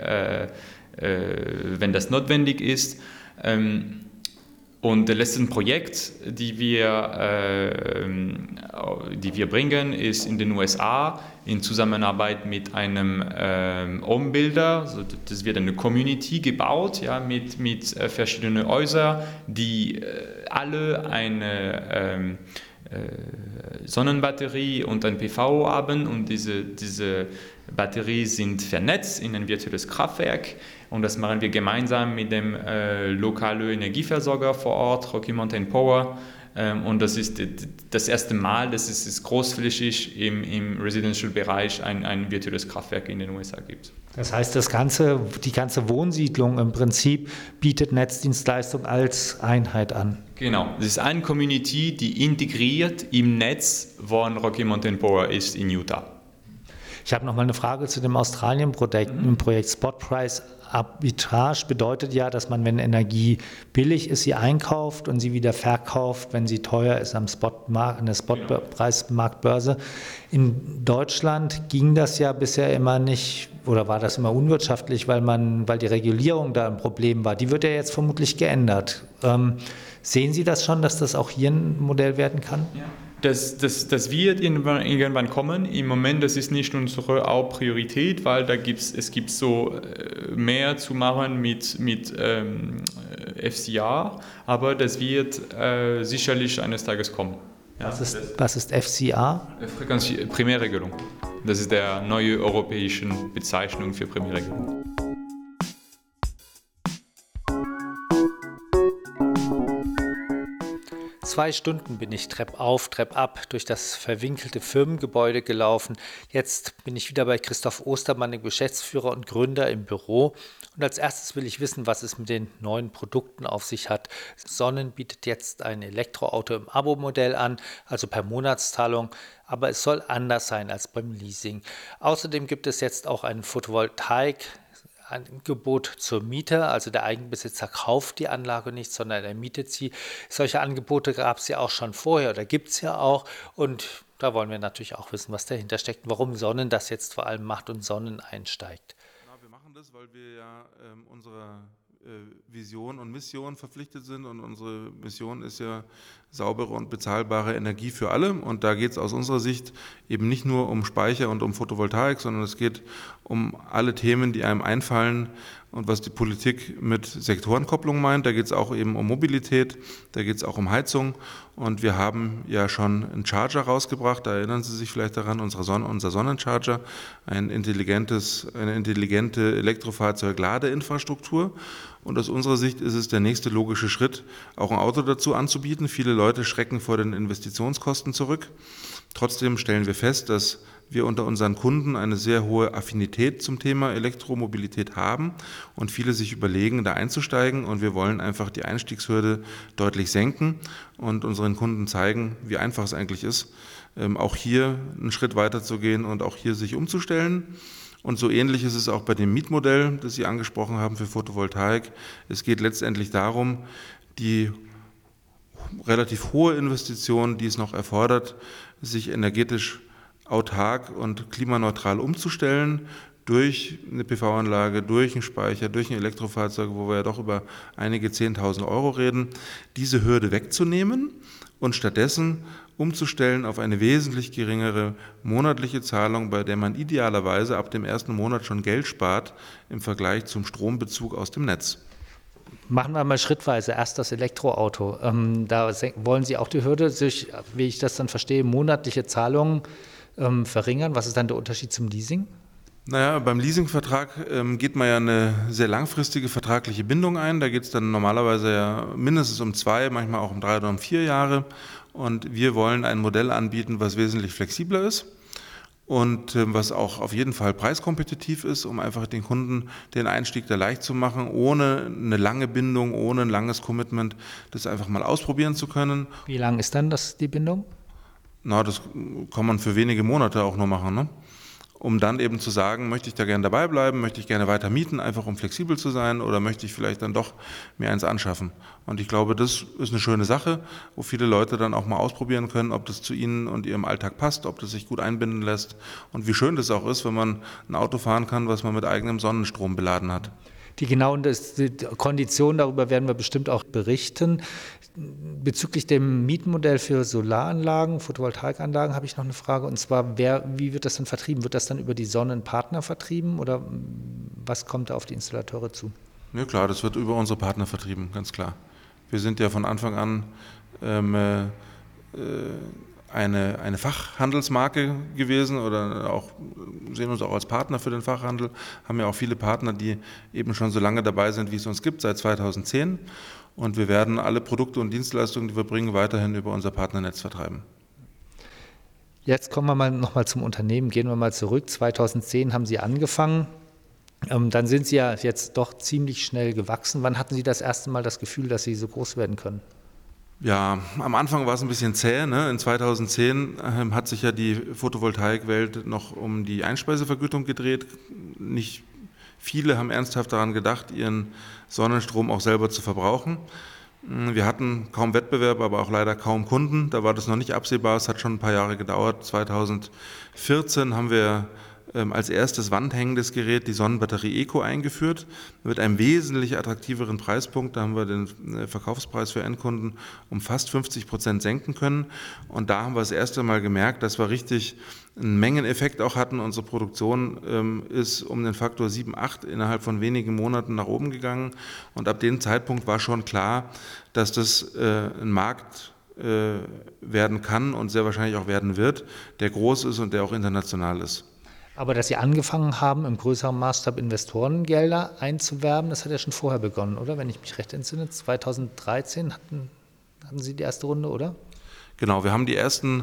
das notwendig ist. Und das letzte Projekt, die wir bringen, ist in den USA in Zusammenarbeit mit einem Homebuilder. Also das wird eine Community gebaut, ja, mit verschiedenen Häusern, die alle eine Sonnenbatterie und ein PV haben und diese Batterie sind vernetzt in ein virtuelles Kraftwerk und das machen wir gemeinsam mit dem lokalen Energieversorger vor Ort, Rocky Mountain Power, und das ist das erste Mal, dass es großflächig im Residential-Bereich ein virtuelles Kraftwerk in den USA gibt. Das heißt, die ganze Wohnsiedlung im Prinzip bietet Netzdienstleistung als Einheit an. Genau, es ist eine Community, die integriert im Netz von Rocky Mountain Power ist in Utah. Ich habe noch mal eine Frage zu dem Australien-Projekt. Im Projekt Spot Price Arbitrage bedeutet ja, dass man, wenn Energie billig ist, sie einkauft und sie wieder verkauft, wenn sie teuer ist an der Spotpreismarktbörse. In Deutschland ging das ja bisher immer nicht oder war das immer unwirtschaftlich, weil die Regulierung da ein Problem war. Die wird ja jetzt vermutlich geändert. Sehen Sie das schon, dass das auch hier ein Modell werden kann? Ja. Das wird irgendwann kommen. Im Moment, das ist nicht unsere Hauptpriorität, weil es gibt so mehr zu machen mit FCR, aber das wird sicherlich eines Tages kommen. Ja, was ist FCR? Primärregelung. Das ist der neue europäische Bezeichnung für Primärregelung. Zwei Stunden bin ich Trepp auf, Trepp ab durch das verwinkelte Firmengebäude gelaufen. Jetzt bin ich wieder bei Christoph Ostermann, dem Geschäftsführer und Gründer, im Büro. Und als erstes will ich wissen, was es mit den neuen Produkten auf sich hat. Sonnen bietet jetzt ein Elektroauto im Abo-Modell an, also per Monatszahlung, aber es soll anders sein als beim Leasing. Außerdem gibt es jetzt auch ein Photovoltaik-Angebot zur Miete, also der Eigenbesitzer kauft die Anlage nicht, sondern er mietet sie. Solche Angebote gab es ja auch schon vorher oder gibt es ja auch, und da wollen wir natürlich auch wissen, was dahinter steckt, warum Sonnen das jetzt vor allem macht und Sonnen einsteigt. Ja, wir machen das, weil wir ja unserer Vision und Mission verpflichtet sind und unsere Mission ist ja saubere und bezahlbare Energie für alle und da geht es aus unserer Sicht eben nicht nur um Speicher und um Photovoltaik, sondern es geht um alle Themen, die einem einfallen und was die Politik mit Sektorenkopplung meint. Da geht es auch eben um Mobilität, da geht es auch um Heizung und wir haben ja schon einen Charger rausgebracht, da erinnern Sie sich vielleicht daran, unser Sonnencharger, eine intelligente Elektrofahrzeug-Ladeinfrastruktur. Und aus unserer Sicht ist es der nächste logische Schritt, auch ein Auto dazu anzubieten. Viele Leute schrecken vor den Investitionskosten zurück. Trotzdem stellen wir fest, dass wir unter unseren Kunden eine sehr hohe Affinität zum Thema Elektromobilität haben und viele sich überlegen, da einzusteigen. Und wir wollen einfach die Einstiegshürde deutlich senken und unseren Kunden zeigen, wie einfach es eigentlich ist, auch hier einen Schritt weiter zu gehen und auch hier sich umzustellen. Und so ähnlich ist es auch bei dem Mietmodell, das Sie angesprochen haben für Photovoltaik. Es geht letztendlich darum, die relativ hohe Investition, die es noch erfordert, sich energetisch autark und klimaneutral umzustellen, durch eine PV-Anlage, durch einen Speicher, durch ein Elektrofahrzeug, wo wir ja doch über einige 10.000 € reden, diese Hürde wegzunehmen und stattdessen umzustellen auf eine wesentlich geringere monatliche Zahlung, bei der man idealerweise ab dem ersten Monat schon Geld spart im Vergleich zum Strombezug aus dem Netz. Machen wir mal schrittweise. Erst das Elektroauto. Da wollen Sie auch die Hürde, sich, wie ich das dann verstehe, monatliche Zahlungen verringern. Was ist dann der Unterschied zum Leasing? Naja, beim Leasingvertrag geht man ja eine sehr langfristige vertragliche Bindung ein. Da geht es dann normalerweise ja mindestens um 2, manchmal auch um 3 oder um 4 Jahre. Und wir wollen ein Modell anbieten, was wesentlich flexibler ist und was auch auf jeden Fall preiskompetitiv ist, um einfach den Kunden den Einstieg da leicht zu machen, ohne eine lange Bindung, ohne ein langes Commitment, das einfach mal ausprobieren zu können. Wie lang ist dann die Bindung? Na, das kann man für wenige Monate auch nur machen, ne? Um dann eben zu sagen, möchte ich da gerne dabei bleiben, möchte ich gerne weiter mieten, einfach um flexibel zu sein, oder möchte ich vielleicht dann doch mir eins anschaffen. Und ich glaube, das ist eine schöne Sache, wo viele Leute dann auch mal ausprobieren können, ob das zu ihnen und ihrem Alltag passt, ob das sich gut einbinden lässt und wie schön das auch ist, wenn man ein Auto fahren kann, was man mit eigenem Sonnenstrom beladen hat. Die genauen Konditionen, darüber werden wir bestimmt auch berichten. Bezüglich dem Mietmodell für Solaranlagen, Photovoltaikanlagen habe ich noch eine Frage. Und zwar, wie wird das dann vertrieben? Wird das dann über die Sonnenpartner vertrieben oder was kommt da auf die Installateure zu? Ja klar, das wird über unsere Partner vertrieben, ganz klar. Wir sind ja von Anfang an eine Fachhandelsmarke gewesen oder auch sehen uns auch als Partner für den Fachhandel, haben ja auch viele Partner, die eben schon so lange dabei sind, wie es uns gibt, seit 2010. Und wir werden alle Produkte und Dienstleistungen, die wir bringen, weiterhin über unser Partnernetz vertreiben. Jetzt kommen wir nochmal zum Unternehmen, gehen wir mal zurück. 2010 haben Sie angefangen, dann sind Sie ja jetzt doch ziemlich schnell gewachsen. Wann hatten Sie das erste Mal das Gefühl, dass Sie so groß werden können? Ja, am Anfang war es ein bisschen zäh, ne? In 2010 hat sich ja die Photovoltaikwelt noch um die Einspeisevergütung gedreht. Nicht viele haben ernsthaft daran gedacht, ihren Sonnenstrom auch selber zu verbrauchen. Wir hatten kaum Wettbewerb, aber auch leider kaum Kunden. Da war das noch nicht absehbar, es hat schon ein paar Jahre gedauert. 2014 haben wir als erstes wandhängendes Gerät die Sonnenbatterie Eco eingeführt, mit einem wesentlich attraktiveren Preispunkt. Da haben wir den Verkaufspreis für Endkunden um fast 50% senken können. Und da haben wir das erste Mal gemerkt, dass wir richtig einen Mengeneffekt auch hatten. Unsere Produktion ist um den Faktor 7, 8 innerhalb von wenigen Monaten nach oben gegangen. Und ab dem Zeitpunkt war schon klar, dass das ein Markt werden kann und sehr wahrscheinlich auch werden wird, der groß ist und der auch international ist. Aber dass Sie angefangen haben, im größeren Maßstab Investorengelder einzuwerben, das hat ja schon vorher begonnen, oder? Wenn ich mich recht entsinne, 2013 hatten Sie die erste Runde, oder? Genau, wir haben die ersten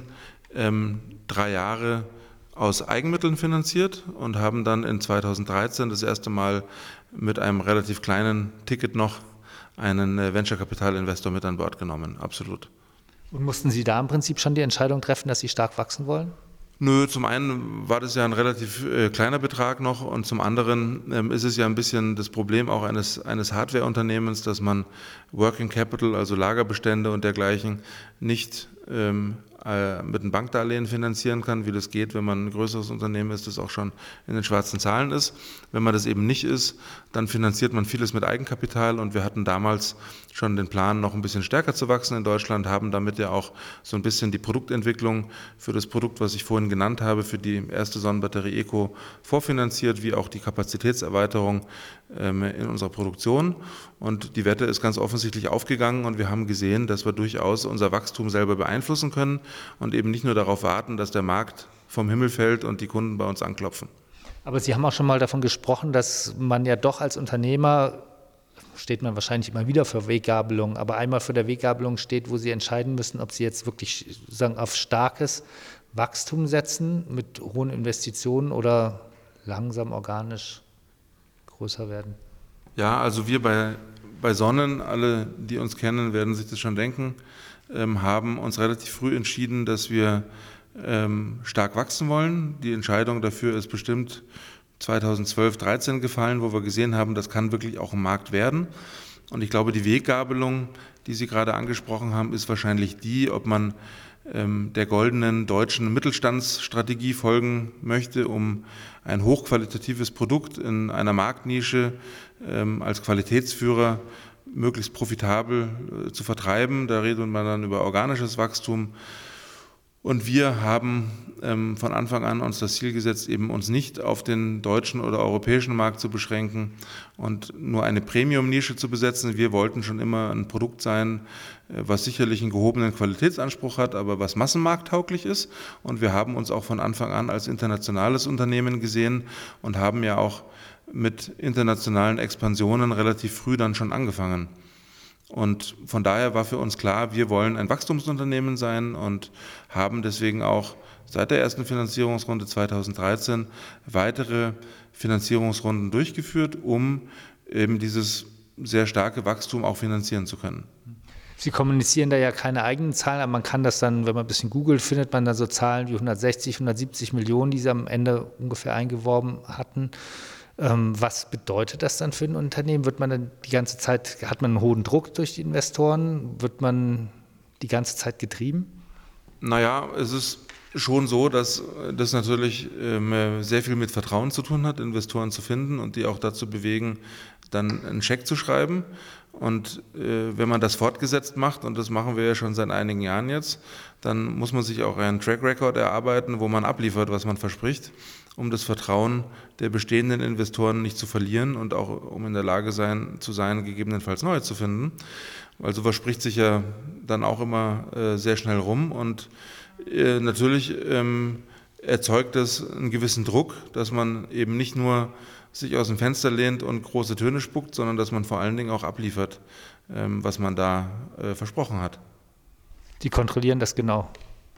3 Jahre aus Eigenmitteln finanziert und haben dann in 2013 das erste Mal mit einem relativ kleinen Ticket noch einen Venture-Capital-Investor mit an Bord genommen, absolut. Und mussten Sie da im Prinzip schon die Entscheidung treffen, dass Sie stark wachsen wollen? Nö, zum einen war das ja ein relativ kleiner Betrag noch und zum anderen ist es ja ein bisschen das Problem auch eines Hardware-Unternehmens, dass man Working Capital, also Lagerbestände und dergleichen, nicht mit einem Bankdarlehen finanzieren kann, wie das geht, wenn man ein größeres Unternehmen ist, das auch schon in den schwarzen Zahlen ist. Wenn man das eben nicht ist, dann finanziert man vieles mit Eigenkapital und wir hatten damals schon den Plan, noch ein bisschen stärker zu wachsen in Deutschland, haben damit ja auch so ein bisschen die Produktentwicklung für das Produkt, was ich vorhin genannt habe, für die erste Sonnenbatterie Eco vorfinanziert, wie auch die Kapazitätserweiterung in unserer Produktion. Und die Wette ist ganz offensichtlich aufgegangen und wir haben gesehen, dass wir durchaus unser Wachstum selber beeinflussen können und eben nicht nur darauf warten, dass der Markt vom Himmel fällt und die Kunden bei uns anklopfen. Aber Sie haben auch schon mal davon gesprochen, dass man ja doch als Unternehmer, steht man wahrscheinlich immer wieder für Weggabelung, aber einmal vor der Weggabelung steht, wo Sie entscheiden müssen, ob Sie jetzt wirklich sagen, auf starkes Wachstum setzen mit hohen Investitionen oder langsam organisch größer werden. Ja, also wir bei Sonnen, alle, die uns kennen, werden sich das schon denken, haben uns relativ früh entschieden, dass wir stark wachsen wollen. Die Entscheidung dafür ist bestimmt 2012, 2013 gefallen, wo wir gesehen haben, das kann wirklich auch ein Markt werden. Und ich glaube, die Weggabelung, die Sie gerade angesprochen haben, ist wahrscheinlich die, ob man der goldenen deutschen Mittelstandsstrategie folgen möchte, um ein hochqualitatives Produkt in einer Marktnische als Qualitätsführer möglichst profitabel zu vertreiben. Da redet man dann über organisches Wachstum. Und wir haben von Anfang an uns das Ziel gesetzt, eben uns nicht auf den deutschen oder europäischen Markt zu beschränken und nur eine Premium-Nische zu besetzen. Wir wollten schon immer ein Produkt sein, was sicherlich einen gehobenen Qualitätsanspruch hat, aber was massenmarkttauglich ist. Und wir haben uns auch von Anfang an als internationales Unternehmen gesehen und haben ja auch mit internationalen Expansionen relativ früh dann schon angefangen. Und von daher war für uns klar, wir wollen ein Wachstumsunternehmen sein und haben deswegen auch seit der ersten Finanzierungsrunde 2013 weitere Finanzierungsrunden durchgeführt, um eben dieses sehr starke Wachstum auch finanzieren zu können. Sie kommunizieren da ja keine eigenen Zahlen, aber man kann das dann, wenn man ein bisschen googelt, findet man da so Zahlen wie 160, 170 Millionen, die Sie am Ende ungefähr eingeworben hatten. Was bedeutet das dann für ein Unternehmen? Wird man dann die ganze Zeit, hat man einen hohen Druck durch die Investoren? Wird man die ganze Zeit getrieben? Naja, es ist schon so, dass das natürlich sehr viel mit Vertrauen zu tun hat, Investoren zu finden und die auch dazu bewegen, dann einen Scheck zu schreiben. Und wenn man das fortgesetzt macht, und das machen wir ja schon seit einigen Jahren jetzt, dann muss man sich auch einen Track Record erarbeiten, wo man abliefert, was man verspricht, um das Vertrauen der bestehenden Investoren nicht zu verlieren und auch um in der Lage zu sein, gegebenenfalls neue zu finden. Weil sowas spricht sich ja dann auch immer sehr schnell rum und natürlich erzeugt das einen gewissen Druck, dass man eben nicht nur sich aus dem Fenster lehnt und große Töne spuckt, sondern dass man vor allen Dingen auch abliefert, was man da versprochen hat. Die kontrollieren das genau.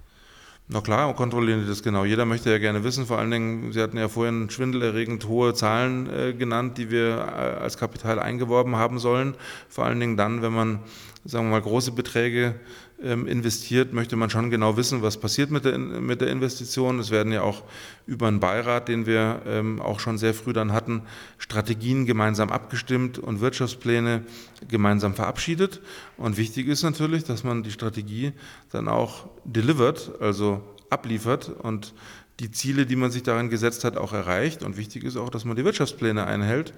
Na klar, kontrollieren die das genau. Jeder möchte ja gerne wissen, vor allen Dingen, Sie hatten ja vorhin schwindelerregend hohe Zahlen genannt, die wir als Kapital eingeworben haben sollen. Vor allen Dingen dann, wenn man, sagen wir mal, große Beträge investiert, möchte man schon genau wissen, was passiert mit der Investition. Es werden ja auch über einen Beirat, den wir auch schon sehr früh dann hatten, Strategien gemeinsam abgestimmt und Wirtschaftspläne gemeinsam verabschiedet. Und wichtig ist natürlich, dass man die Strategie dann auch delivert, also abliefert und die Ziele, die man sich darin gesetzt hat, auch erreicht. Und wichtig ist auch, dass man die Wirtschaftspläne einhält.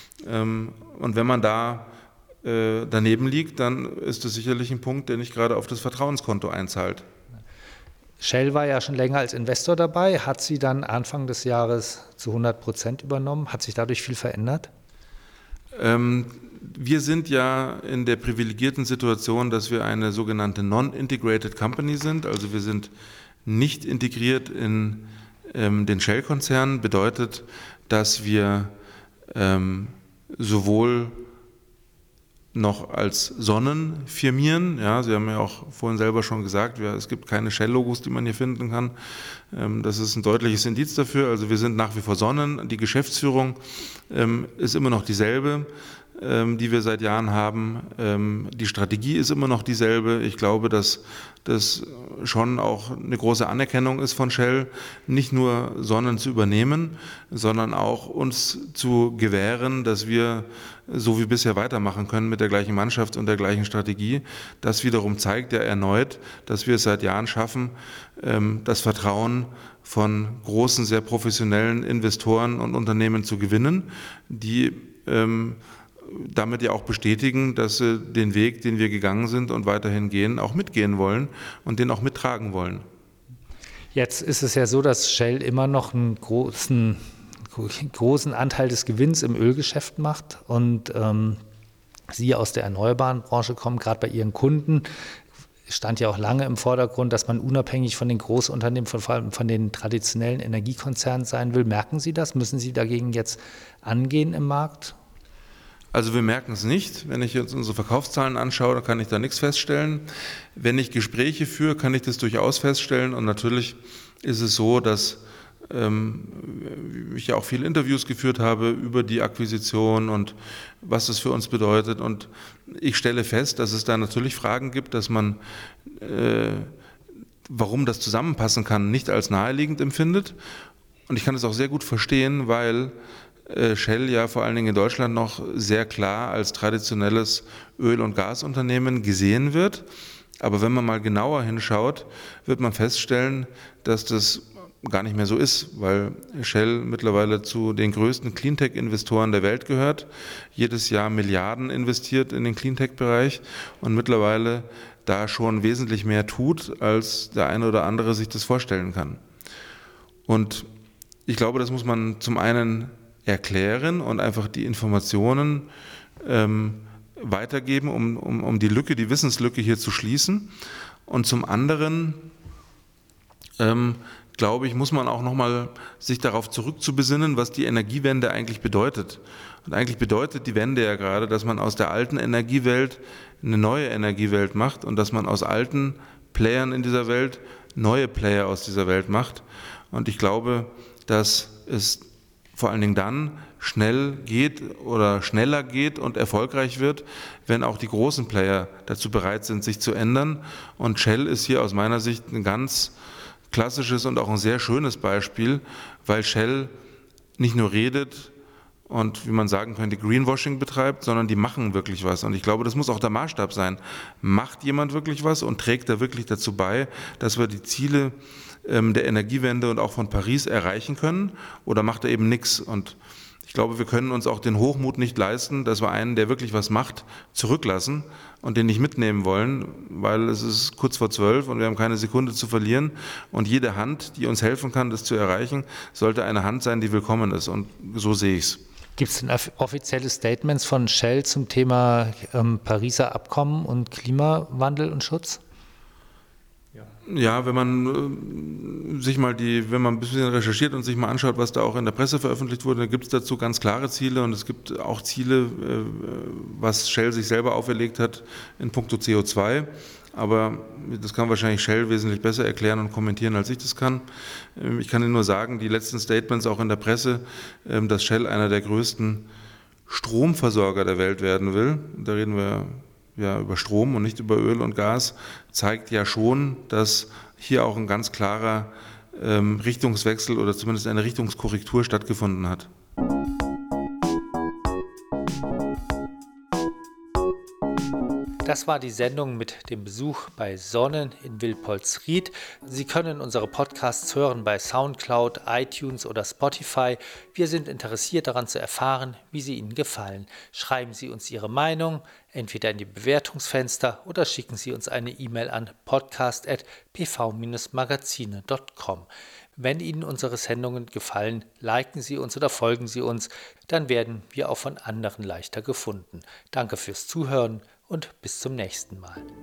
Und wenn man da daneben liegt, dann ist das sicherlich ein Punkt, der nicht gerade auf das Vertrauenskonto einzahlt. Shell war ja schon länger als Investor dabei, hat sie dann Anfang des Jahres zu 100% übernommen. Hat sich dadurch viel verändert? Wir sind ja in der privilegierten Situation, dass wir eine sogenannte Non-Integrated Company sind. Also wir sind nicht integriert in den Shell-Konzern. Bedeutet, dass wir sowohl noch als Sonnen firmieren. Ja, Sie haben ja auch vorhin selber schon gesagt, es gibt keine Shell-Logos, die man hier finden kann. Das ist ein deutliches Indiz dafür. Also wir sind nach wie vor Sonnen. Die Geschäftsführung ist immer noch dieselbe, die wir seit Jahren haben. Die Strategie ist immer noch dieselbe. Ich glaube, dass das schon auch eine große Anerkennung ist von Shell, nicht nur Sonnen zu übernehmen, sondern auch uns zu gewähren, dass wir so wie bisher weitermachen können mit der gleichen Mannschaft und der gleichen Strategie. Das wiederum zeigt ja erneut, dass wir es seit Jahren schaffen, das Vertrauen von großen, sehr professionellen Investoren und Unternehmen zu gewinnen, die damit ja auch bestätigen, dass sie den Weg, den wir gegangen sind und weiterhin gehen, auch mitgehen wollen und den auch mittragen wollen. Jetzt ist es ja so, dass Shell immer noch einen großen Anteil des Gewinns im Ölgeschäft macht und Sie aus der erneuerbaren Branche kommen, gerade bei Ihren Kunden, stand ja auch lange im Vordergrund, dass man unabhängig von den Großunternehmen, vor allem von den traditionellen Energiekonzernen sein will. Merken Sie das? Müssen Sie dagegen jetzt angehen im Markt? Also wir merken es nicht. Wenn ich jetzt unsere Verkaufszahlen anschaue, dann kann ich da nichts feststellen. Wenn ich Gespräche führe, kann ich das durchaus feststellen. Und natürlich ist es so, dass ich ja auch viele Interviews geführt habe über die Akquisition und was das für uns bedeutet. Und ich stelle fest, dass es da natürlich Fragen gibt, dass man, warum das zusammenpassen kann, nicht als naheliegend empfindet. Und ich kann es auch sehr gut verstehen, weil Shell ja vor allen Dingen in Deutschland noch sehr klar als traditionelles Öl- und Gasunternehmen gesehen wird. Aber wenn man mal genauer hinschaut, wird man feststellen, dass das gar nicht mehr so ist, weil Shell mittlerweile zu den größten Cleantech-Investoren der Welt gehört, jedes Jahr Milliarden investiert in den Cleantech-Bereich und mittlerweile da schon wesentlich mehr tut, als der eine oder andere sich das vorstellen kann. Und ich glaube, das muss man zum einen erklären und einfach die Informationen weitergeben, um die Lücke, die Wissenslücke hier zu schließen. Und zum anderen glaube ich, muss man auch nochmal sich darauf zurückzubesinnen, was die Energiewende eigentlich bedeutet. Und eigentlich bedeutet die Wende ja gerade, dass man aus der alten Energiewelt eine neue Energiewelt macht und dass man aus alten Playern in dieser Welt neue Player aus dieser Welt macht. Und ich glaube, dass es vor allen Dingen dann schnell geht oder schneller geht und erfolgreich wird, wenn auch die großen Player dazu bereit sind, sich zu ändern. Und Shell ist hier aus meiner Sicht ein ganz klassisches und auch ein sehr schönes Beispiel, weil Shell nicht nur redet und, wie man sagen könnte, Greenwashing betreibt, sondern die machen wirklich was. Und ich glaube, das muss auch der Maßstab sein. Macht jemand wirklich was und trägt da wirklich dazu bei, dass wir die Ziele der Energiewende und auch von Paris erreichen können, oder macht er eben nichts? Und ich glaube, wir können uns auch den Hochmut nicht leisten, dass wir einen, der wirklich was macht, zurücklassen und den nicht mitnehmen wollen, weil es ist kurz vor 12 und wir haben keine Sekunde zu verlieren. Und jede Hand, die uns helfen kann, das zu erreichen, sollte eine Hand sein, die willkommen ist. Und so sehe ich es. Gibt es denn offizielle Statements von Shell zum Thema Pariser Abkommen und Klimawandel und Schutz? Ja, wenn man ein bisschen recherchiert und sich mal anschaut, was da auch in der Presse veröffentlicht wurde, dann gibt es dazu ganz klare Ziele und es gibt auch Ziele, was Shell sich selber auferlegt hat in puncto CO2. Aber das kann wahrscheinlich Shell wesentlich besser erklären und kommentieren, als ich das kann. Ich kann Ihnen nur sagen, die letzten Statements auch in der Presse, dass Shell einer der größten Stromversorger der Welt werden will. Da reden wir ja über Strom und nicht über Öl und Gas, zeigt ja schon, dass hier auch ein ganz klarer Richtungswechsel oder zumindest eine Richtungskorrektur stattgefunden hat. Das war die Sendung mit dem Besuch bei Sonnen in Wilpolsried. Sie können unsere Podcasts hören bei Soundcloud, iTunes oder Spotify. Wir sind interessiert daran zu erfahren, wie sie Ihnen gefallen. Schreiben Sie uns Ihre Meinung, entweder in die Bewertungsfenster oder schicken Sie uns eine E-Mail an podcast@pv-magazine.com. Wenn Ihnen unsere Sendungen gefallen, liken Sie uns oder folgen Sie uns, dann werden wir auch von anderen leichter gefunden. Danke fürs Zuhören und bis zum nächsten Mal.